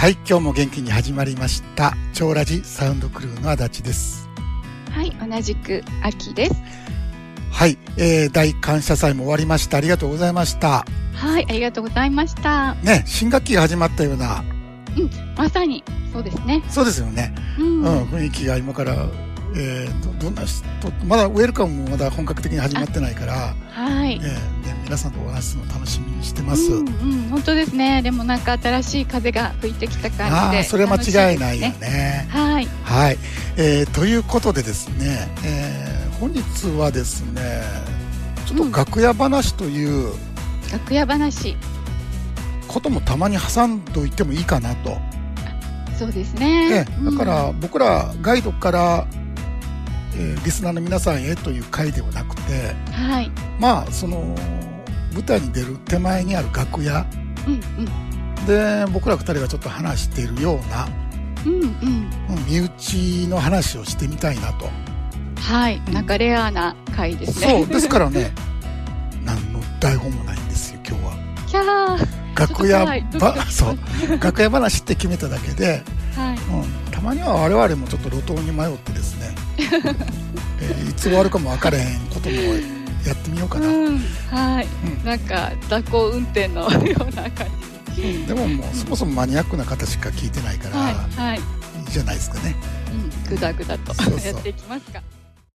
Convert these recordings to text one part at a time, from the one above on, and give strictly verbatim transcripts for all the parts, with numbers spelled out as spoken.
はい、今日も元気に始まりました超ラジサウンドクルーの足立です。 はい、同じく秋です。 はい、えー、大感謝祭も終わりました。ありがとうございました。 はい、ありがとうございましたね、新学期が始まったような、 うん、まさにそうですね。 そうですよね、うん、うん、雰囲気が今から、えー、ど, どんな人まだウェルカムもまだ本格的に始まってないから、 はい、 えーね、皆さんとお話すの楽しみにしてます。 うんうん、本当ですね。でもなんか新しい風が吹いてきた感じで、 あ、それ間違いないよね。 はい、 はい、えー、ということでですね、えー、本日はですねちょっと楽屋話という、うん、 楽屋話こともたまに挟んどいてもいいかなと。 そうですね、 だから僕らガイドから、えー、リスナーの皆さんへという回ではなくて、 はい、 まあその舞台に出る手前にある楽屋、うんうん、で僕らふたりがちょっと話しているような、うんうん、身内の話をしてみたいなと。 はい、なんかレアな回ですね。 そうですからね何の台本もないんですよ今日は。 キャー、 楽屋ばそう楽屋話って決めただけで、はい、うん、たまには我々もちょっと路頭に迷ってですね、えー、いつ終わるかも分からへんこともやってみようかな、うん、 はい、うん、なんか蛇行運転のような感じ、 うん、でももうそもそもマニアックな方しか聞いてないから、はいはい、いいじゃないですかね、 うん、ぐだぐだとそうそうやっていきますか。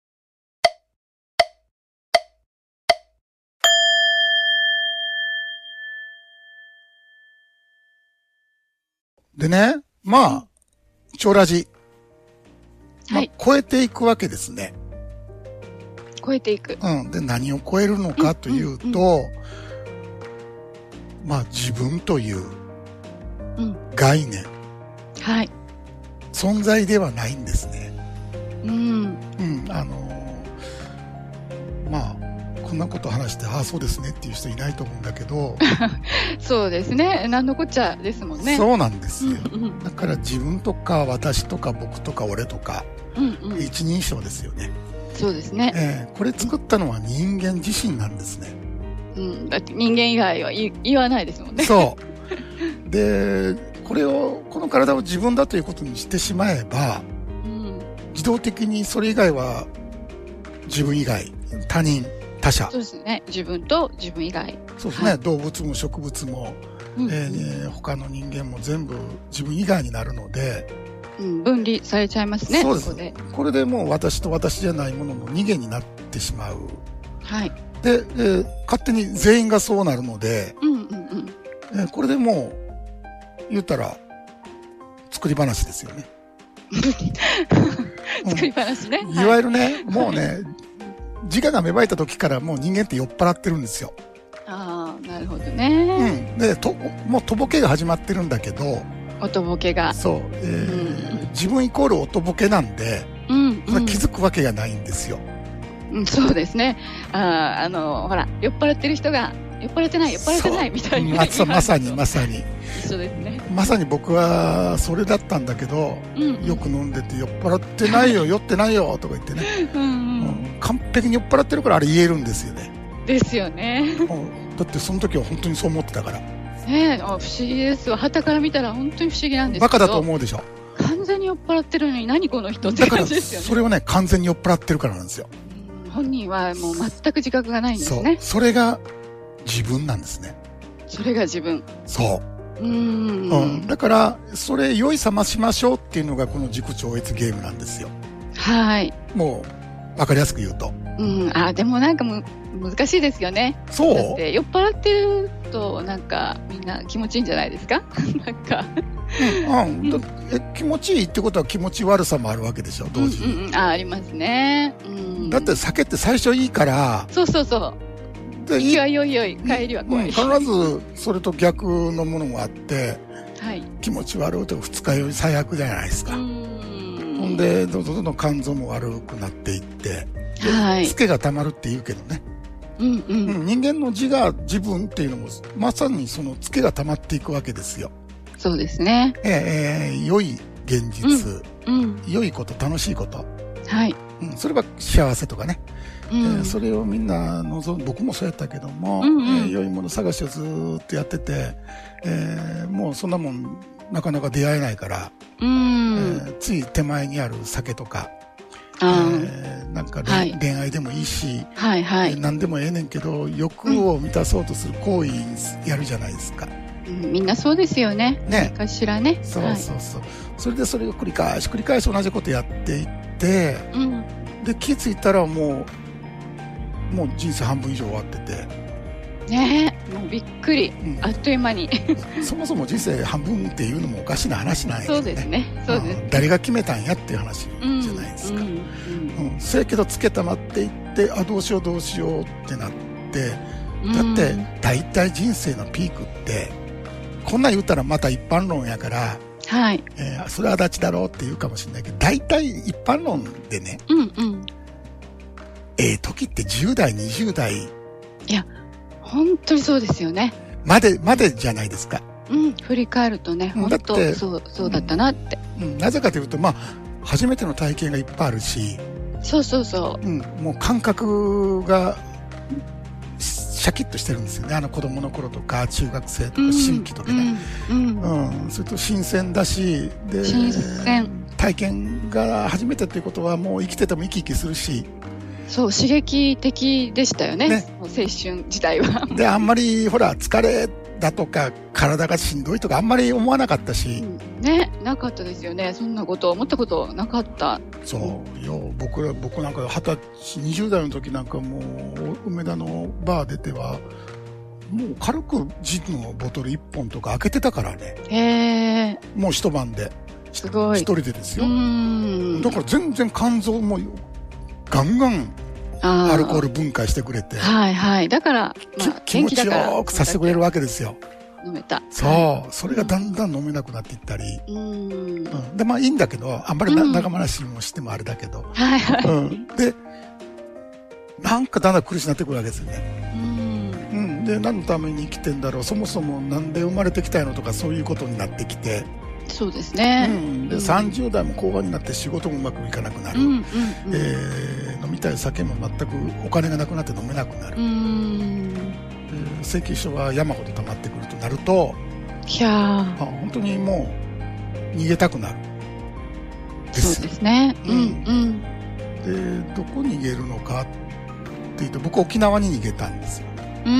でね、まあ超ラジ、まあ、 はい、 超えていくわけですね。 超えていく、 うん、で何を超えるのかというと、うんうんうん、まあ自分という概念、うん、はい、存在ではないんですね。うん、うん、あのー、まあこんなこと話してああそうですねっていう人いないと思うんだけどそうですね、何のこっちゃですもんね。 そうなんですよ、うんうん、だから自分とか私とか僕とか俺とか、うんうん、一人称ですよね。 そうですね、 えー、これ作ったのは人間自身なんですね、 うん、だって人間以外は言わないですもんね。 そうでこれをこの体を自分だということにしてしまえば、うん、自動的にそれ以外は自分以外他人他者、 そうですね、自分と自分以外、 そうですね、はい、動物も植物も、うんうん、えー、他の人間も全部自分以外になるので、 うん、分離されちゃいますね。 そうです。 ここでこれでもう私と私じゃないものの二元になってしまう、 はい、 で、えー、勝手に全員がそうなるので、うんうんうん、えー、これでもう言ったら作り話ですよね。 作り話ね、 うん、いわゆるね、はい、もうね自我が芽生えた時からもう人間って酔っ払ってるんですよ。 ああ、なるほどね。 うん、でともうとぼけが始まってるんだけど、 おとぼけが、 そう、えーうん、自分イコールおとぼけなんで、うんうん、気づくわけがないんですよ。 うん、そうですね。ああのほら酔っ払ってる人が酔っ払ってない酔っ払ってないみたいな、 ま、まさにまさに一緒ですね。 まさに僕はそれだったんだけど、うんうん、よく飲んでて酔っ払ってないよ酔ってないよとか言ってねうん、うんうん、完璧に酔っ払ってるからあれ言えるんですよね。 ですよね、 うん、だってその時は本当にそう思ってたからねえ、不思議ですわ。傍から見たら本当に不思議なんですけど、 バカだと思うでしょ。 完全に酔っ払ってるのに何この人って感じですよね。 だからそれをね完全に酔っ払ってるからなんですよ。 うん、本人はもう全く自覚がないんですね。 そう、それが自分なんですね。 それが自分、 そううーん、うん、だからそれ酔い覚ましましょうっていうのがこの自己超越ゲームなんですよ。はい、もう分かりやすく言うと、 うん、あでもなんかむ難しいですよね。 そうだって酔っ払ってるとなんかみんな気持ちいいんじゃないですかなんかうん、うん、え気持ちいいってことは気持ち悪さもあるわけでしょ同時に、 うんうん、あありますね、うん、 だって酒って最初いいから、 そうそうそう、行きはよいよい帰りは怖い、うん、 必ずそれと逆のものもあって、はい、気持ち悪いと二日酔い最悪じゃないですか。うん、ほんでどんどんどんどん肝臓も悪くなっていって、はい、ツケがたまるって言うけどね、うんうんうん、人間の自我自分っていうのもまさにそのツケがたまっていくわけですよ。 そうですね、 えーえー、良い現実、うんうん、良いこと楽しいこと、はい、うん、それは幸せとかね、うん、えー、それをみんな望む、僕もそうやったけども、うんうん、えー、良いもの探しをずっとやってて、えー、もうそんなもんなかなか出会えないから、 うん、 えー、つい手前にある酒とか、 あえー、なんか、 はい、 恋愛でもいいし、 はいはい、 何でもええねんけど、欲を満たそうとする行為やるじゃないですか。 うん、みんなそうですよね。 ね。 かしらね。 そうそうそう。はい、それでそれを繰り返し繰り返し同じことやっていって、うん、で、気づいたらもう、もう人生半分以上終わってて。 ねえ、もうびっくり。うん、あっという間に。 そもそも人生半分っていうのもおかしな話なんやけどね。 そうですね。そうです、うん。 誰が決めたんやっていう話じゃないですか。うん。うんうん、そやけどつけたまっていって、あ、どうしようどうしようってなって、だって、大体人生のピークって、こんなん言ったらまた一般論やから、 はい。 えー、それは立ちだろうって言うかもしれないけど、大体一般論でね、 うんうん。 ええ時ってじゅう代、にじゅう代。いや、本当にそうですよね。 まで、までじゃないですか。 うん、振り返るとね、本当そう、そうだったなって。 うん、うん、なぜかというと、まあ、初めての体験がいっぱいあるし、 そうそうそう。 うん、もう感覚が、シャキッとしてるんですよね。あの子供の頃とか中学生とか新規とかね、うんうんうん、それと新鮮だし、で新鮮体験が初めてということはもう生きてても生き生きするし、 そう刺激的でしたよ ね, ね青春時代は。 であんまりほら疲れだとか体がしんどいとかあんまり思わなかったし、 うん、ねなかったですよね。そんなこと思ったことなかった。 そうよ、僕ら僕なんかはたちにじゅう代の時なんかもう梅田のバー出てはもう軽くジンのボトルいっぽんとか開けてたからね。 へー、 もう一晩で、 すごい一人でですよ。 うん、 だから全然肝臓もガンガンアルコール分解してくれて、 はいはい、だから、 まあ、気持ちよくさせてくれるわけですよ。 飲めた。 そう、はい、それがだんだん飲めなくなっていったり、うんうん、でまあいいんだけど、あんまりな、うん、長話もしてもあれだけど、 はいはい、うん、 でなんかだんだん苦しくなってくるわけですよね。うん、うん、で何のために生きてんだろう、そもそもなんで生まれてきたのとかそういうことになってきて。 そうですね、 うん、で、うん、さんじゅう代も後半になって仕事もうまくいかなくなる、うんうんうん、えー、飲みたい酒も全くお金がなくなって飲めなくなる、うん、請求書は山ほど溜まってくるとなると、 いやー、 本当にもう逃げたくなるです。そうですね、うんうん、 でどこに逃げるのかっていうと、僕沖縄に逃げたんですよ、 うん、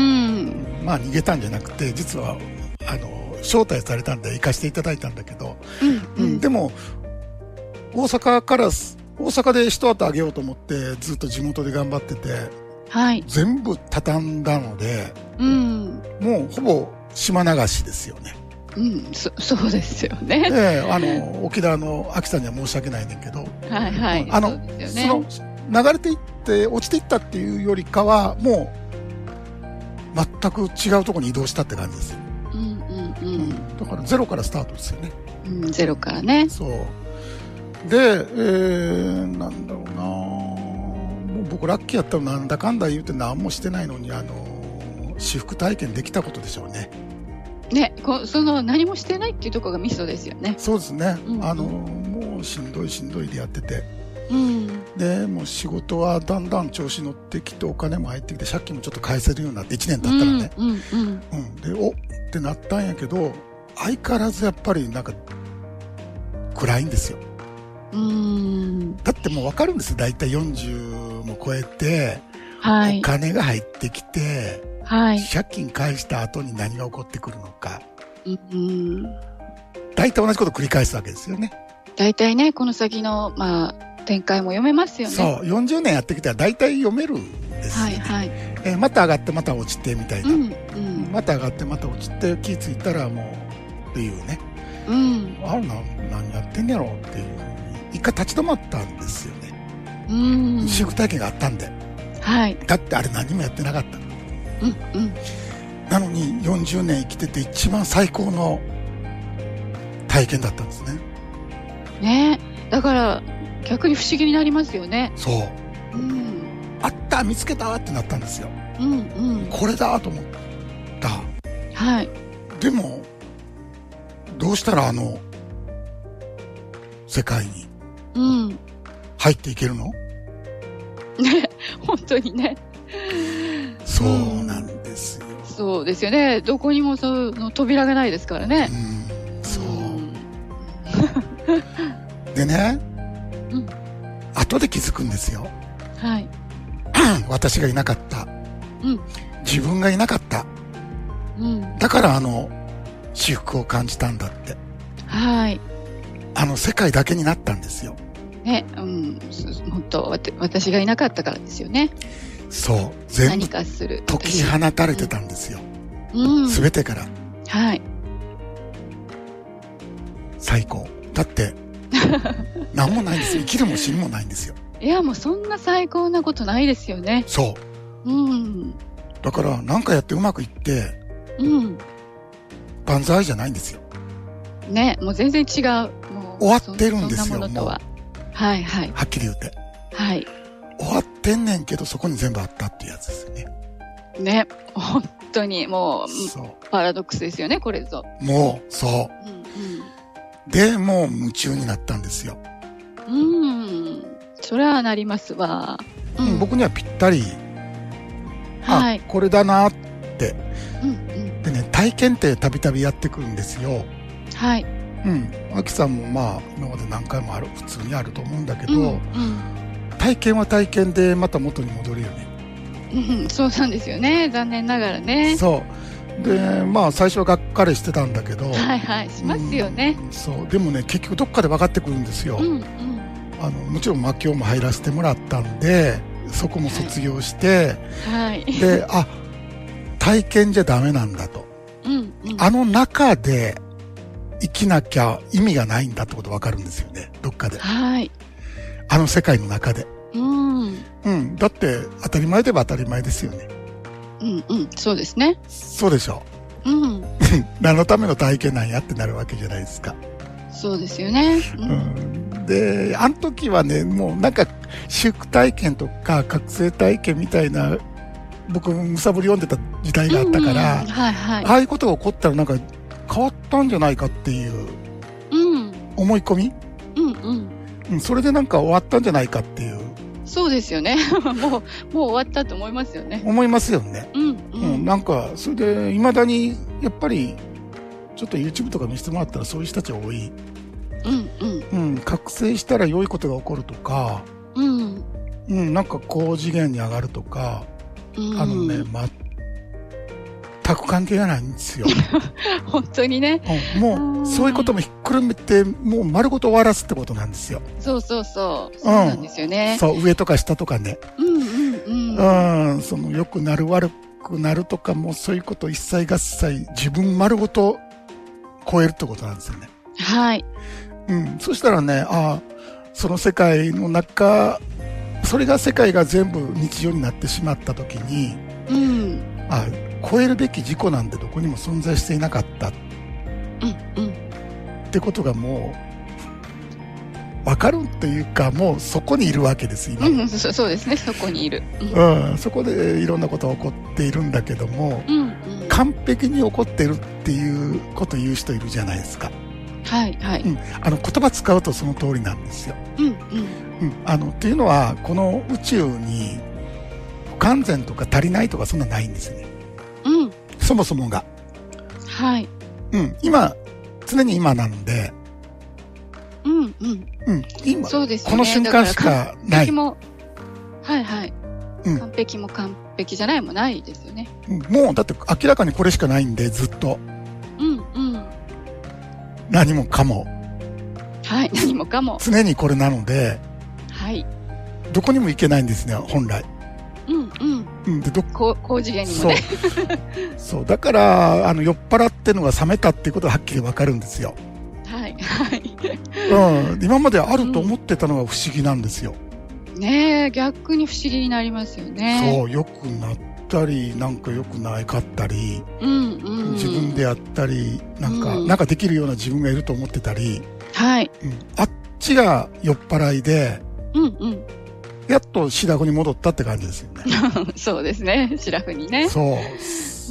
まあ逃げたんじゃなくて、実はあの招待されたんで行かせていただいたんだけど、うんうんうん、でも大阪から大阪で一旗あげようと思ってずっと地元で頑張ってて、 はい、 全部畳んだので、 うん、 もうほぼ島流しですよね。 うん、そ, そうですよね。 ええ、あの沖縄の秋さんには申し訳ないねんけど、 はいはい、 あのそうですよね、 その流れていって落ちていったっていうよりかはもう全く違うところに移動したって感じですよ。 うんうんうん、 だからゼロからスタートですよね。 うん、ゼロからね。 そうで、えー、なんだろうな、もう僕ラッキーやったらなんだかんだ言うて何もしてないのに、あの私服体験できたことでしょうね。 ね、こその何もしてないっていうところがミソですよね。 そうですね、うんうん、あのもうしんどいしんどいでやってて、 うん、 でもう仕事はだんだん調子乗ってきてお金も入ってきて借金もちょっと返せるようになっていちねん経ったらね、 うんうんうんうん、でおってなったんやけど、相変わらずやっぱりなんか暗いんですよ。 うーん、 だってもう分かるんですよ、だいたいよんじゅうも超えて、 はい、 お金が入ってきて、 はい、 借金返した後に何が起こってくるのか、 うん、 だいたい同じこと繰り返すわけですよね。 だいたいね、この先の、まあ、展開も読めますよね。 そう、よんじゅうねんやってきたらだいたい読めるんですよね。はいはい、えー、また上がってまた落ちてみたいな、うんうん、また上がってまた落ちて気づいたらもうっていうね、 うん、 あれな何やってんやろうっていうふうに一回立ち止まったんですよね。 うん、 私服体験があったんで、 はい、 だってあれ何もやってなかった、 うんうん、 なのによんじゅうねん生きてて一番最高の体験だったんですね。 ね、だから逆に不思議になりますよね。 そう、うん、あった、見つけたってなったんですよ、 うんうん、 これだと思った、 はい、 でもどうしたらあの世界に入っていけるの、 うん、ね、本当にね、 そうなんですよ、 うん、そうですよね、どこにもその扉がないですからね、 うん、そう、 でね、 うん、 後で気づくんですよ。 はい。 私がいなかった。 うん。 自分がいなかった。 うん。 だからあの、至福を感じたんだって。 はい。 あの世界だけになったんですよ。 ね、うん、本当私がいなかったからですよね。 そう、全部何かする解き放たれてたんですよ。 うん。 すべてから。 はい。 最高。だって、何もないんですよ。生きるも死ぬもないんですよ。 いや、もうそんな最高なことないですよね。 そう。うん。だから、何かやってうまくいって、うん。万歳じゃないんですよ。 ね、もう全然違う。もう終わってるんですよ、 もう。はいはい。 はっきり言うて。 はい。 終わってんねんけど、そこに全部あったっていうやつですよね。 ね、本当にもう、そうパラドックスですよね、これぞ。 もう、そう。うんうん、で、もう夢中になったんですよ。 うん。それはなりますわ。 うん、僕にはぴったり、はい、あ、これだなって。うんうん、でね、体験ってたびたびやってくるんですよ。 はい。 うん。アキさんもまあ、今まで何回もある、普通にあると思うんだけど、うんうん、体験は体験でまた元に戻るよね。 うん、そうなんですよね。残念ながらね。 そう。で、まあ、最初はがっかりしてたんだけど。 はいはい、しますよね。 うん、そう。でもね、結局どっかで分かってくるんですよ。うんうん、あの、もちろん魔境も入らせてもらったんで、そこも卒業して、はい。で、あ、体験じゃダメなんだと。うんうん、あの中で生きなきゃ意味がないんだってこと分かるんですよね。どっかで。はい。あの世界の中で。うん。うん。だって当たり前では当たり前ですよね。 うんうん。そうですね。 そうでしょう。うん。何のための体験なんやってなるわけじゃないですか。 そうですよね。 うん。うん、で、あの時はね、もうなんか、宿体験とか覚醒体験みたいな、僕、むさぼり読んでた時代があったから、うんうん、はいはい。ああいうことが起こったらなんか変わったんじゃないかっていう、うん。思い込み、うんうんうん、それでなんか終わったんじゃないかっていう。 そうですよね。もう、もう終わったと思いますよね。 思いますよね。うん、うん。うん、なんか、それで、未だに、やっぱり、ちょっと YouTube とか見せてもらったらそういう人たちが多い。うんうん。うん、覚醒したら良いことが起こるとか、うん。うん、なんか高次元に上がるとか、うん、あのね、全く関係がないんですよ。 本当にね。 うん、もう、そういうこともひっくるめて、もう丸ごと終わらすってことなんですよ。 そうそうそう。そうなんですよね。 うん、そう、上とか下とかね。うんうんうん。うん、その、良くなる悪くなるとか、もうそういうこと一切合切、自分丸ごと超えるってことなんですよね。はい。うん、そしたらね、ああ、その世界の中、それが世界が全部日常になってしまったときに、うん、あ、超えるべき自己なんてどこにも存在していなかった、うんうん、ってことがもう分かるというか、もうそこにいるわけです今、 うん、そ, そうですね、そこにいる、 うんうん、そこでいろんなことが起こっているんだけども、うんうん、完璧に起こっているっていうことを言う人いるじゃないですか。はいはい、うん、あの言葉使うとその通りなんですよ。うんうんうん、あのっていうのはこの宇宙に不完全とか足りないとかそんなないんですね。うん、そもそもが。はい。うん、今常に今なので。うんうんうん。今そうですね、この瞬間しかない。完璧もはいはい。うん、完璧も完璧じゃないもないですよね。うん、もうだって明らかにこれしかないんでずっと。うんうん。何もかも。はい、何もかも。常にこれなので。はい。どこにも行けないんですね、本来。うんうん。うん、で、どこ、高次元にもね。そう。そう。だから、あの、酔っ払ってのが冷めたっていうことがはっきりわかるんですよ。はい、はい。うん。今まであると思ってたのが不思議なんですよ。うん、ねえ、逆に不思議になりますよね。そう、よくなったり、なんか良くないかったり、うんうん、自分でやったり、なんか、うん、なんかできるような自分がいると思ってたり、はい。うん、あっちが酔っ払いで、うんうん。やっとシラフに戻ったって感じですよね。そうですね、シラフにね。そう。うん、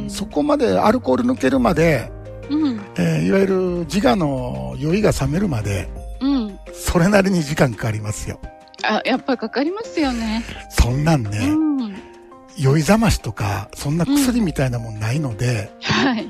そこまでアルコール抜けるまで、うんえー、いわゆる自我の酔いが冷めるまで、うん、それなりに時間かかりますよ。あ、やっぱりかかりますよね。そんなんね、うん、酔いざましとかそんな薬みたいなもんないので、うん、はい、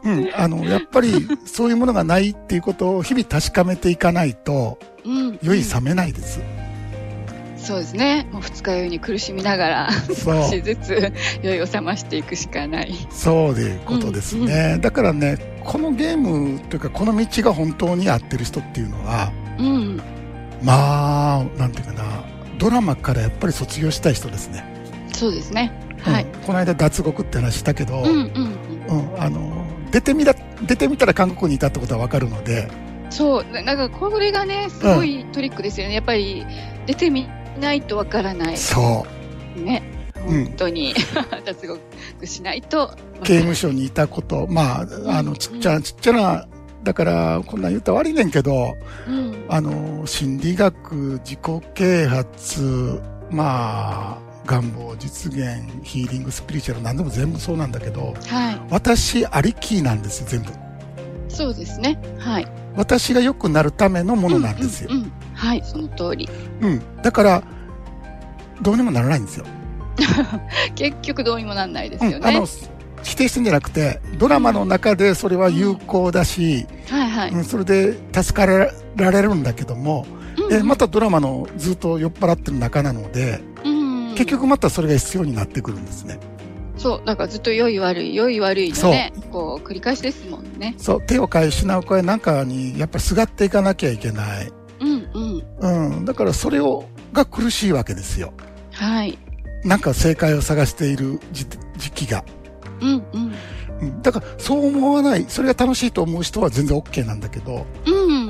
うん、あの、やっぱりそういうものがないっていうことを日々確かめていかないと、うん、酔い冷めないです。 そうですね。もう二日酔いに苦しみながら少しずつ酔いを覚ましていくしかない。 そうでいうことですね、うんうん。だからね、このゲームというかこの道が本当に合ってる人っていうのは、うん、まあなんていうかな、ドラマからやっぱり卒業したい人ですね。 そうですね。はい。うん、 この間脱獄って話したけど、うんうんうんうん、あの出てみた出てみたら韓国にいたってことはわかるので。そう、なんかこれがねすごいトリックですよね。うん、やっぱり出てみないとわからない。 そうね、本当に、うん、脱獄しないと。 刑務所にいたこと、まああのちっちゃなちっちゃな、だからこんなん言ったら悪いねんけど、うん、あの心理学、自己啓発、まあ願望実現、ヒーリング、スピリチュアル、何でも全部そうなんだけど、はい、私ありきなんですよ全部。 そうですね。はい。 私が良くなるためのものなんですよ。 うんうんうん、はい、その通り。 うん、だからどうにもならないんですよ。 結局どうにもならないですよね。うん、 あの否定してんじゃなくて、ドラマの中でそれは有効だし、うんはいはいうん、それで助かられるんだけども、うん、えまたドラマのずっと酔っ払ってる中なので、うん、結局またそれが必要になってくるんですね。 そう、だからずっと良い悪い良い悪いのね、こう繰り返しですもんね。 そう、手を変え品を変えなんかにやっぱりすがっていかなきゃいけない。うんうんうん。だからそれをが苦しいわけですよ。はい。なんか正解を探している時期が。うんうん。だからそう思わない、それが楽しいと思う人は全然 OK なんだけど、うん、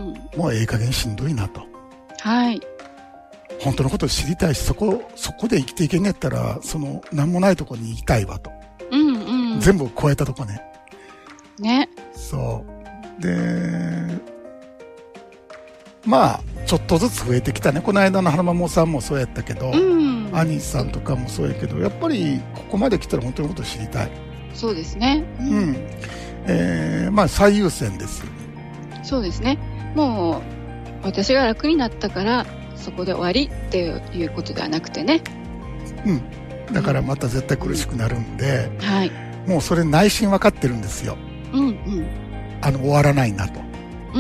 もうええ加減しんどいなと。はい。本当のことを知りたいし、そこ、そこで生きていけんやったら、その、なんもないとこに行きたいわと。うんうん。全部超えたとこね。ね。そう。で、まあ、ちょっとずつ増えてきたね。この間の花桃さんもそうやったけど、うん、アニーさんとかもそうやけど、やっぱり、ここまで来たら本当のことを知りたい。 そうですね。 うん。うん、えー、まあ、最優先です。 そうですね。もう、私が楽になったから、そこで終わりっていうことではなくてね。 うん。だからまた絶対苦しくなるんで、うん、はい。もうそれ内心分かってるんですよ。うんうん。あの終わらないなと。うん。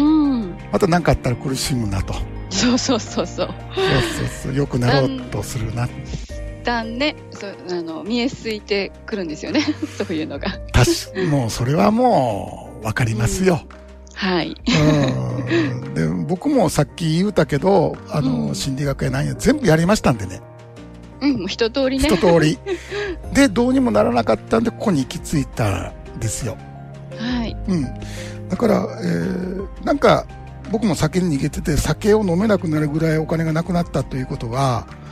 また何かあったら苦しむなと。 そうそうそうそう。そうそうそう。良くなろうとするな。 だんね、そうあの見えすいてくるんですよね。そういうのが。 確かもうそれはもう分かりますよ。うんはい。 うん。で、僕もさっき言うたけど、あの、うん、心理学や何や全部やりましたんでね。 うん、一通りね。 一通り。で、どうにもならなかったんで、ここに行き着いたんですよ。はい。うん。だから、えー、なんか、僕も酒に逃げてて、酒を飲めなくなるぐらいお金がなくなったということは、うん。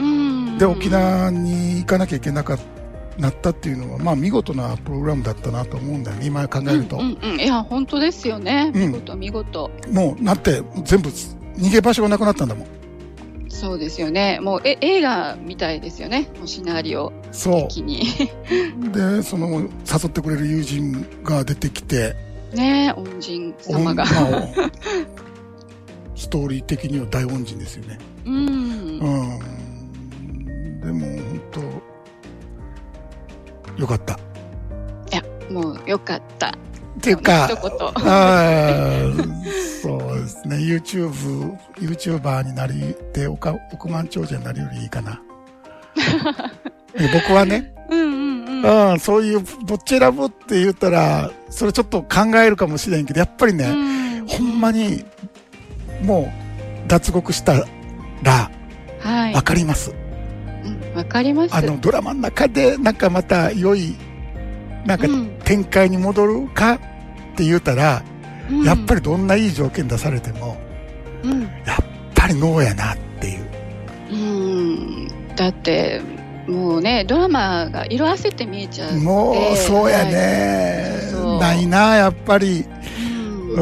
で、沖縄に行かなきゃいけなかった。なったっていうのは、まあ見事なプログラムだったなと思うんだよね、今考えると。 うんうんうん、いや、本当ですよね。見事、うん、見事。 もう、なって、全部、逃げ場所がなくなったんだもん。 そうですよね。もう、え、映画みたいですよね。もうシナリオ的に。 で、その、誘ってくれる友人が出てきて。 ねえ、恩人様が。 ストーリー的には大恩人ですよね。うん。うん。でも、本当よかった。いや、もうよかった。っていうか、 一言。 あそうですね。YouTube、YouTuber になりて億万長者になるよりいいかな。僕はね。うんうんうん。うん、そういう、どっち選ぶって言ったら、それちょっと考えるかもしれんけど、やっぱりね、ほんまに、もう、脱獄したら、はい。わかります。 わかります。 あのドラマの中でなんかまた良いなんか展開に戻るかって言うたら、うん、やっぱりどんないい条件出されても、うん、やっぱりノーやなっていう。 うん、だってもうねドラマが色あせて見えちゃう。 もうそうやね、はい、そうそうないなやっぱり。うん、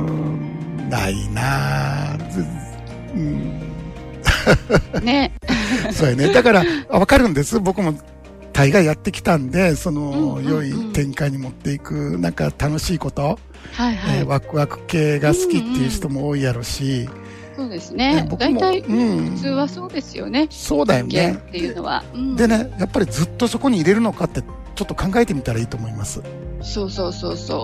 うんないな。うんね。そうやね。だから、わかるんです。僕も大概やってきたんで、その、うんうんうん、良い展開に持っていく、なんか楽しいこと、はいはいえー、ワクワク系が好きっていう人も多いやろし、 うんうん、そうですね。大体、うん、普通はそうですよね。 そうだよね。 っていうのは、 うん。でね、やっぱりずっとそこに入れるのかって、ちょっと考えてみたらいいと思います。 そうそうそうそ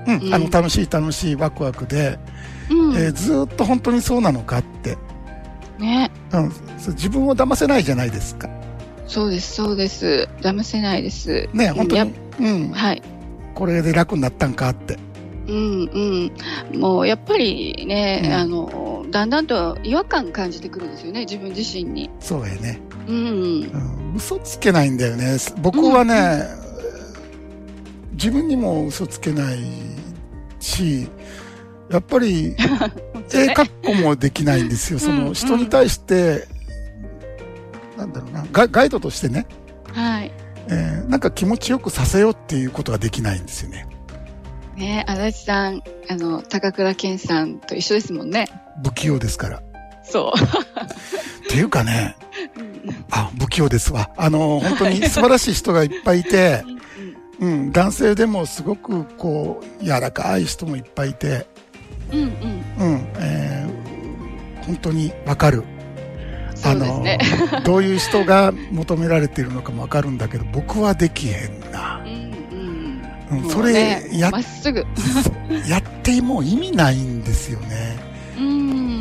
うん、あの、楽しい楽しいワクワクで、うん、えー、ずーっと本当にそうなのかって。 ね。 うん、自分を騙せないじゃないですか。 そうです、そうです。騙せないです。 ね、本当に。うん。 はい。 これで楽になったんかって。 うんうん。もう、やっぱりね、うん、あの、だんだんと違和感感じてくるんですよね、自分自身に。 そうやね。 うん。うん、 嘘つけないんだよね。僕はね、うん、自分にも嘘つけないし、やっぱり、ええ格好もできないんですよ。その人に対して、うん、なんだろうなガ、ガイドとしてね。 はい。 えー、なんか気持ちよくさせようっていうことができないんですよね。 ねえ、足立さん、あの、高倉健さんと一緒ですもんね。 不器用ですから。 そう。 っていうかね、うん、あ、不器用ですわ。あの、本当に素晴らしい人がいっぱいいて、うん、男性でもすごくこう、柔らかい人もいっぱいいて、うんうん。うん、えー、本当にわかる。 あの、ね、 どういう人が求められているのかもわかるんだけど、僕はできへんな。うんうん、それ、ね、 や、まっすぐ。 やっても意味ないんですよね。うん、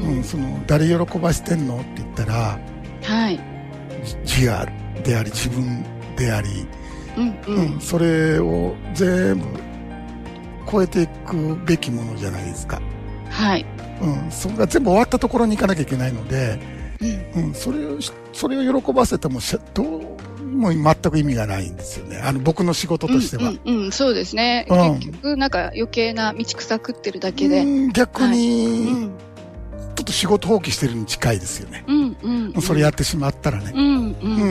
うん、その、誰喜ばしてんのって言ったら、 はい。 自我であり、自分であり、 うんうん、 うん、それを全部超えていくべきものじゃないですか。 はい。 うん、それが全部終わったところに行かなきゃいけないので、うん、うん、それを、それを喜ばせても、どうも全く意味がないんですよね。あの、僕の仕事としては。 うん、うん、うん、そうですね。うん、結局、なんか余計な道草食ってるだけで。 うん、逆に、はい、うん、ちょっと仕事放棄してるに近いですよね。 うん、うん、うん。 それやってしまったらね。 うん、うん。 うん。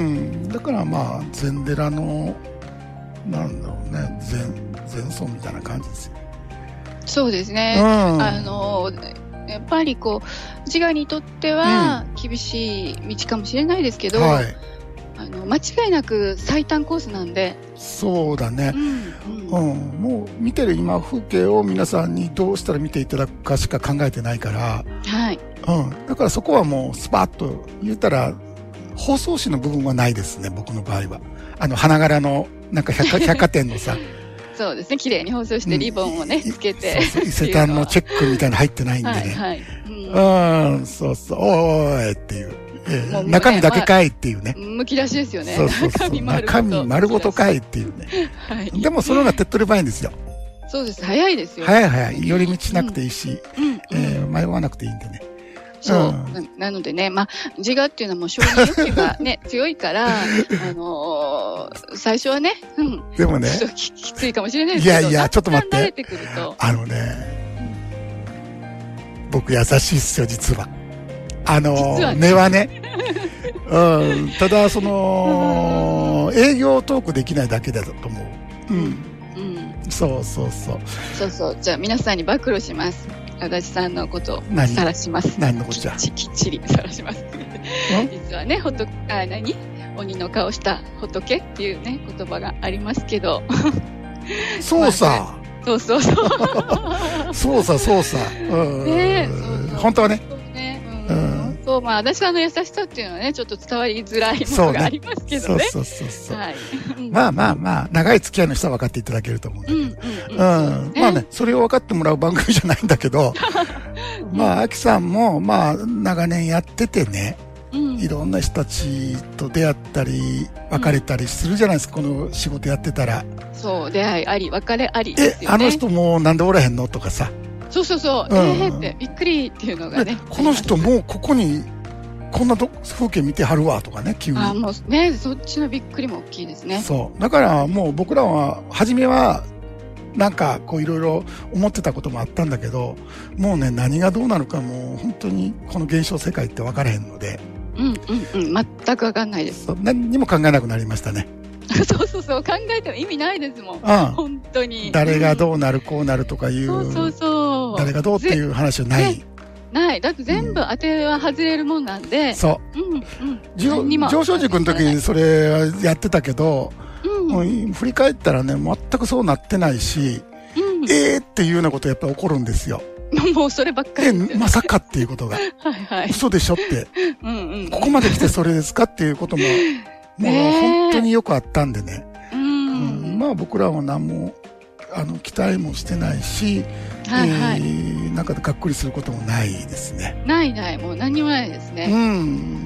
だからまあ、禅寺の、なんだろうね、禅、禅僧みたいな感じですよ。 そうですね。うん、あの、やっぱりこう、自我にとっては厳しい道かもしれないですけど、うん、はい、あの間違いなく最短コースなんで。 そうだね。うんうんうん、もう見てる今風景を皆さんにどうしたら見ていただくかしか考えてないから、 はい。 うん。だからそこはもうスパッと言ったら、包装紙の部分はないですね、僕の場合は。あの、花柄の、なんか百貨、百貨店のさ、 そうですね。綺麗に包装してリボンをね、うん、つけて。 そうそう。伊勢丹のチェックみたいなの入ってないんでね。はい、はい。うん、うん、そうそう。おーいっていう。えーね、中身だけかいっていうね。 まあ、むき出しですよね。 そうそうそう。中身丸ごと。中身丸ごとかいっていうね。はい。でもその方が手っ取り早いんですよ。 そうです。早いですよ。 早い早い。寄り道しなくていいし、うんうん、えー、迷わなくていいんでね。 そう、うん、な, なのでね、まあ、自我っていうのはもう承認欲求がね、強いから、あのー、最初はね、うん。 でもね。 き, きついかもしれないですけど。 いやいや、ちょっと待って。 慣れてくると。 あのね、うん、僕優しいっすよ、実は。あのー、はね、根はね。うん。ただ、その、営業トークできないだけだと思う。うん。うん。そうそうそう。 そうそう。じゃあ皆さんに暴露します。足立さんのことを晒します。 何のことじゃ。 きっちり晒します。実はね、ほと、あ、何鬼の顔した仏っていうね、言葉がありますけど。 そうさ。 そうそうそう。 そうさ、そうさ。うん。ね、本当はね。 うん。そう、まあ、足立さんの優しさっていうのはね、ちょっと伝わりづらいものがありますけどね。 そうそうそうそう。はい。まあまあまあ、長い付き合いの人は分かっていただけると思うんだけど。うん。うん。まあね、それを分かってもらう番組じゃないんだけど、まあ、アキさんも、まあ、長年やっててね、いろんな人たちと出会ったり、別れたりするじゃないですか、この仕事やってたら。 そう、出会いあり、別れありですよね。 え、あの人もうなんでおらへんのとかさ。 そうそうそう、うん、えーってびっくりっていうのがね。 この人もうここにこんな風景見てはるわとかね、急に。 あ、もうね、そっちのびっくりも大きいですね。 そう。だからもう僕らは、初めは、なんかこういろいろ思ってたこともあったんだけど、もうね、何がどうなるかもう本当にこの現象世界って分からへんので。 うんうんうん、全く分かんないです。 何にも考えなくなりましたね。 そうそうそう、考えても意味ないですもん。うん、本当に。 誰がどうなる、こうなるとかいう。 そうそうそう。 誰がどうっていう話はない。 ない。だって全部当ては外れるもんなんで。 そう。うんうん。上昇塾の時にそれやってたけど、うん、もう振り返ったらね、全くそうなってないし、うん、えーっていうようなことやっぱり起こるんですよ。 もうそればっかりですよね。 まさかっていうことが。はいはい。嘘でしょって。うんうん。ここまで来てそれですかっていうことも、もう本当によくあったんでね。うん、まあ僕らは何もあの期待もしてないし、はいはい、えー、なんかがっくりすることもないですね。 ないない、もう何にもないですね。 うん。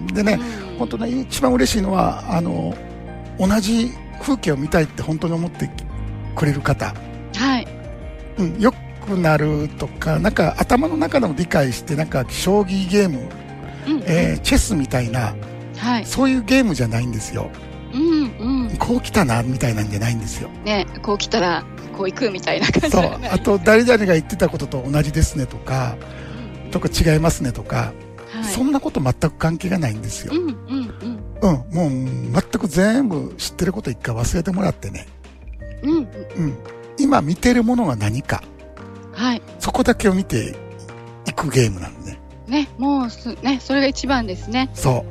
でね、うん、本当ね、一番嬉しいのは、あの、同じ風景を見たいって本当に思ってくれる方。 はい。 うん、よくなるとか、なんか頭の中でも理解して、なんか将棋ゲーム、うん、えー、チェスみたいな、はい、そういうゲームじゃないんですよ。うんうん、こう来たなみたいなんじゃないんですよ。 ね、こう来たらこう行くみたいな感じ。 そう。あと誰々が言ってたことと同じですねとか、うん、とか違いますねとか、はい、そんなこと全く関係がないんですよ。うんうんうん。うん、もう全く全部知ってること一回忘れてもらってね。うんうん。今見てるものが何か。はい。そこだけを見ていくゲームなんでね。 ね、もうすね、それが一番ですね。 そう。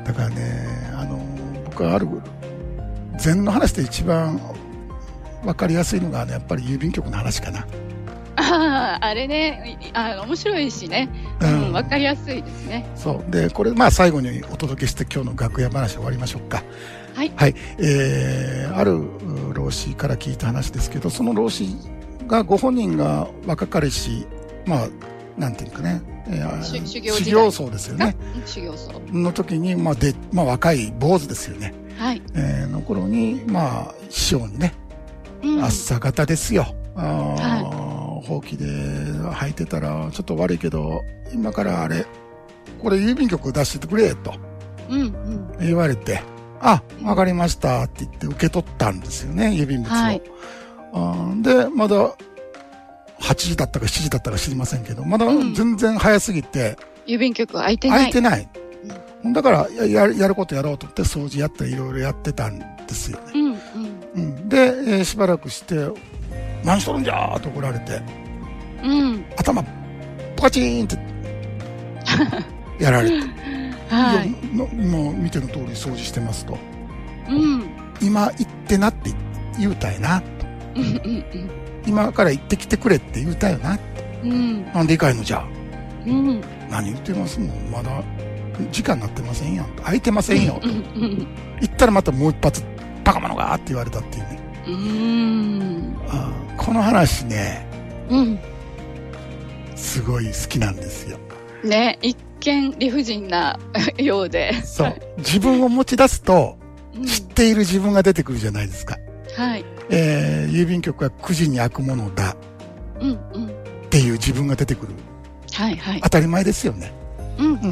だからね、あの僕はある禅の話で一番分かりやすいのが、ね、やっぱり郵便局の話かな。 ああ、あれね、あの面白いしね、うん、うん、分かりやすいですね。 そうで、これまあ最後にお届けして今日の楽屋話終わりましょうか。はい、はい、えー、ある老子から聞いた話ですけど、その老子がご本人が若かりし、まあなんていうかね、えー、修行修行僧ですよね。 修行僧の時に、まあでまあ、若い坊主ですよね。はい、えー、の頃にまあ師匠にね、うん、朝方ですよ。あ、はい、ほうきで履いてたらちょっと悪いけど今からあれこれ郵便局出しててくれと、うんうん、言われて、あ、わかりましたって言って受け取ったんですよね、郵便物を。はい、あでまだはちじだったかしちじだったか知りませんけど、まだ全然早すぎて、 うん、郵便局は開いてない。 開いてない。うん、だからや、やることやろうと思って掃除やったりいろいろやってたんですよね。うんうんうん、で、えー、しばらくして何しとるんじゃーと怒られて、うん、頭ポカチーンってやられて、はい、もう見ての通り掃除してますと、うん、今行ってなって言うたいなと、うんうんうん、今から行ってきてくれって言うたよなって、うん、なんで行かへんのじゃ、うん、何言ってますの、まだ時間なってませんやん、空いてませんよと、うんうんうん、行ったらまたもう一発バカ者がーって言われたっていうね。うーん、あ、この話ね、うん、すごい好きなんですよ。 ね、一見理不尽なようで。 そう。自分を持ち出すと、知っている自分が出てくるじゃないですか。はい。えー、郵便局はくじに開くものだ。うんうん。っていう自分が出てくる。はいはい。当たり前ですよね。うんうん。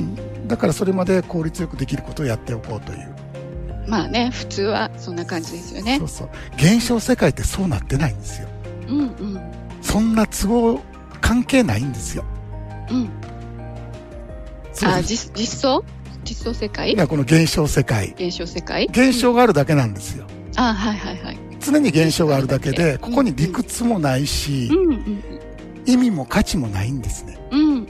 だからそれまで効率よくできることをやっておこうという。 まあね、普通はそんな感じですよね。 そうそう。現象世界ってそうなってないんですよ。うんうん。そんな都合関係ないんですよ。うん。あ、実、実相実相世界？いや、この現象世界。 現象世界？ 現象があるだけなんですよ。 うん、あ、はいはいはい。 常に現象があるだけで、ここに理屈もないし、うんうん、意味も価値もないんですね。うんうん。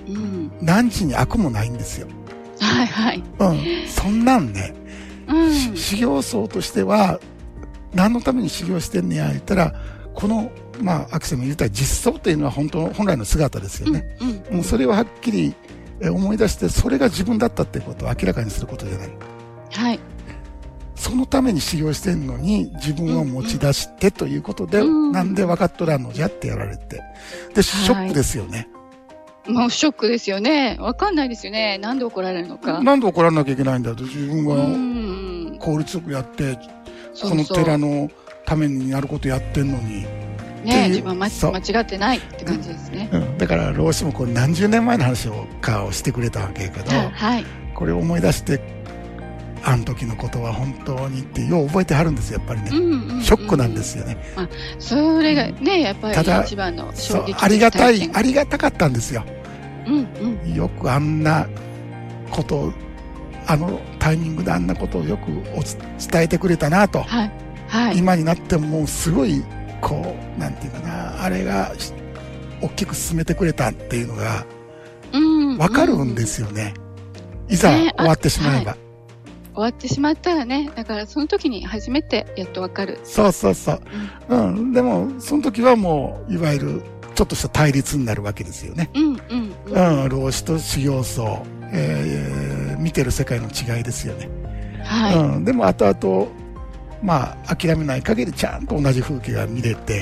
何時に悪もないんですよ。 はいはい。 うん。そんなんね、うん、修行僧としては、何のために修行してんねや、言ったら、この、まあ、アクセルも言ったら実相というのは本当、本来の姿ですよね。うんうんうん、もうそれをはっきり思い出して、それが自分だったっていうことを明らかにすることじゃない。はい。そのために修行してんのに、自分を持ち出してということで、うんうん、なんで分かっとらんのじゃってやられて。で、ショックですよね。 はい、もうショックですよね。分かんないですよね。なんで怒られるのか。 なんで怒らなきゃいけないんだと、自分が効率よくやって、この寺のためにやることやってんのに。 ねえ、自分は間違ってないって感じですね。 うん、だから老子もこれ何十年前の話をかをしてくれたわけやけど、はい、これを思い出してあの時のことは本当にってよう覚えてはるんですよ、やっぱりね、うんうんうん、ショックなんですよね。 まあ、それがね、やっぱり一番の衝撃的な体験。 ありがたいありがたかったんですよ、 うんうん、 よくあんなことをあのタイミングであんなことをよくお伝えてくれたなと、はいはい、今になってももうすごいこうなんていうかな、あれが大きく進めてくれたっていうのが分かるんですよね、うん、いざ終わってしまえば、はい、 終わってしまったらね、だからその時に初めてやっと分かる。 そうそうそう、うん、うん、でもその時はもういわゆるちょっとした対立になるわけですよね。うんうんうん、うん、老子と修行僧、えー、見てる世界の違いですよね。はい、うん、でも後々まあ諦めない限りちゃんと同じ風景が見れて、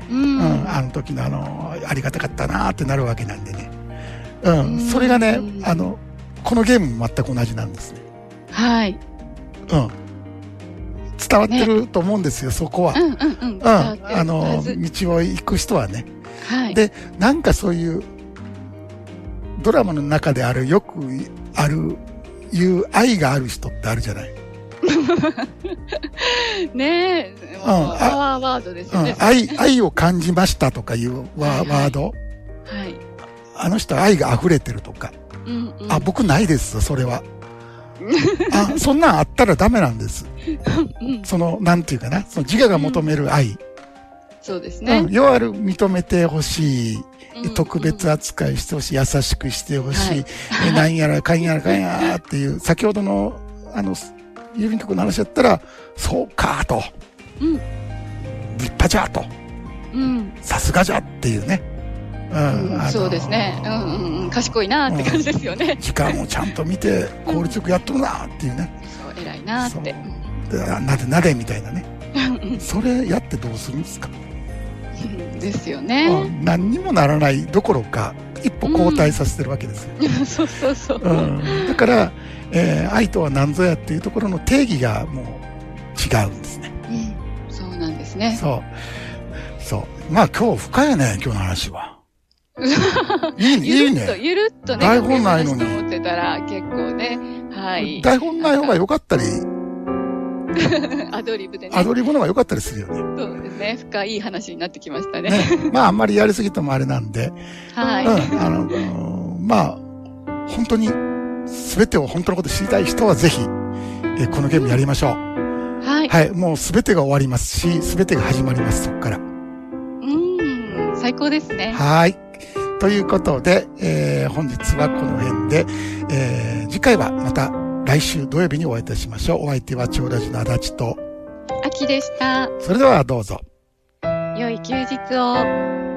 うん、うん、あの時のあの、ありがたかったなーってなるわけなんでね。うん、うん、それがね、あの、このゲームも全く同じなんですね。 はい。 うん。伝わってると思うんですよ、ね、そこは。うんうんうん。うん。あの、道を行く人はね。 はい。 で、なんかそういう、ドラマの中である、よくある、いう愛がある人ってあるじゃない。 ねえ、うん、パワーワードですよね。 うん、愛、愛を感じましたとかいうワ,、はいはい、ワード。 はい。 あの人は愛が溢れてるとか。うんうん、あ、僕ないです、それは。あ、そんなんあったらダメなんです。うん、その、なんていうかな、その自我が求める愛。うん、 そうですね。 うん、要ある認めてほしい。特別扱いしてほしい、優しくしてほしい、はい、なんやらかんやらかんやっていう、先ほどの、あの、郵便局の話だったら、そうかと、うん、立派じゃと、さすがじゃっていうね。 うんうん、そうですね。うんうんうん、賢いなって感じですよね。 うん、時間をちゃんと見て、効率よくやっとるなっていうね。 そう、偉いなって。 なでなでみたいなね。それやってどうするんですか？ ですよね、 うん、何にもならないどころか一歩後退させてるわけですよ、 うん、そうそうそう、 うん、だから、えー、愛とは何ぞやっていうところの定義がもう違うんですね、 うん、そうなんですね。 そうそうまあ今日深いね、今日の話はいいね、いいね、 ゆるっとね、 台本ないのに思ってたら結構ね、はい、 台本ない方が良かったりアドリブでね。 アドリブの方が良かったりするよね。 そうですね。深いいい話になってきましたね。 ね、まああんまりやりすぎてもあれなんで。 はい。 うん、あの、うん、まあ、本当に全てを本当のこと知りたい人はぜひ、えこのゲームやりましょう。 はい。 はい。もう全てが終わりますし、全てが始まります、そこから。うーん、最高ですね。 はい。ということで、えー、本日はこの辺で、えー、次回はまた、来週土曜日にお会いいたしましょう。お相手は超ラジの足立と、 あきでした。 それではどうぞ。 良い休日を。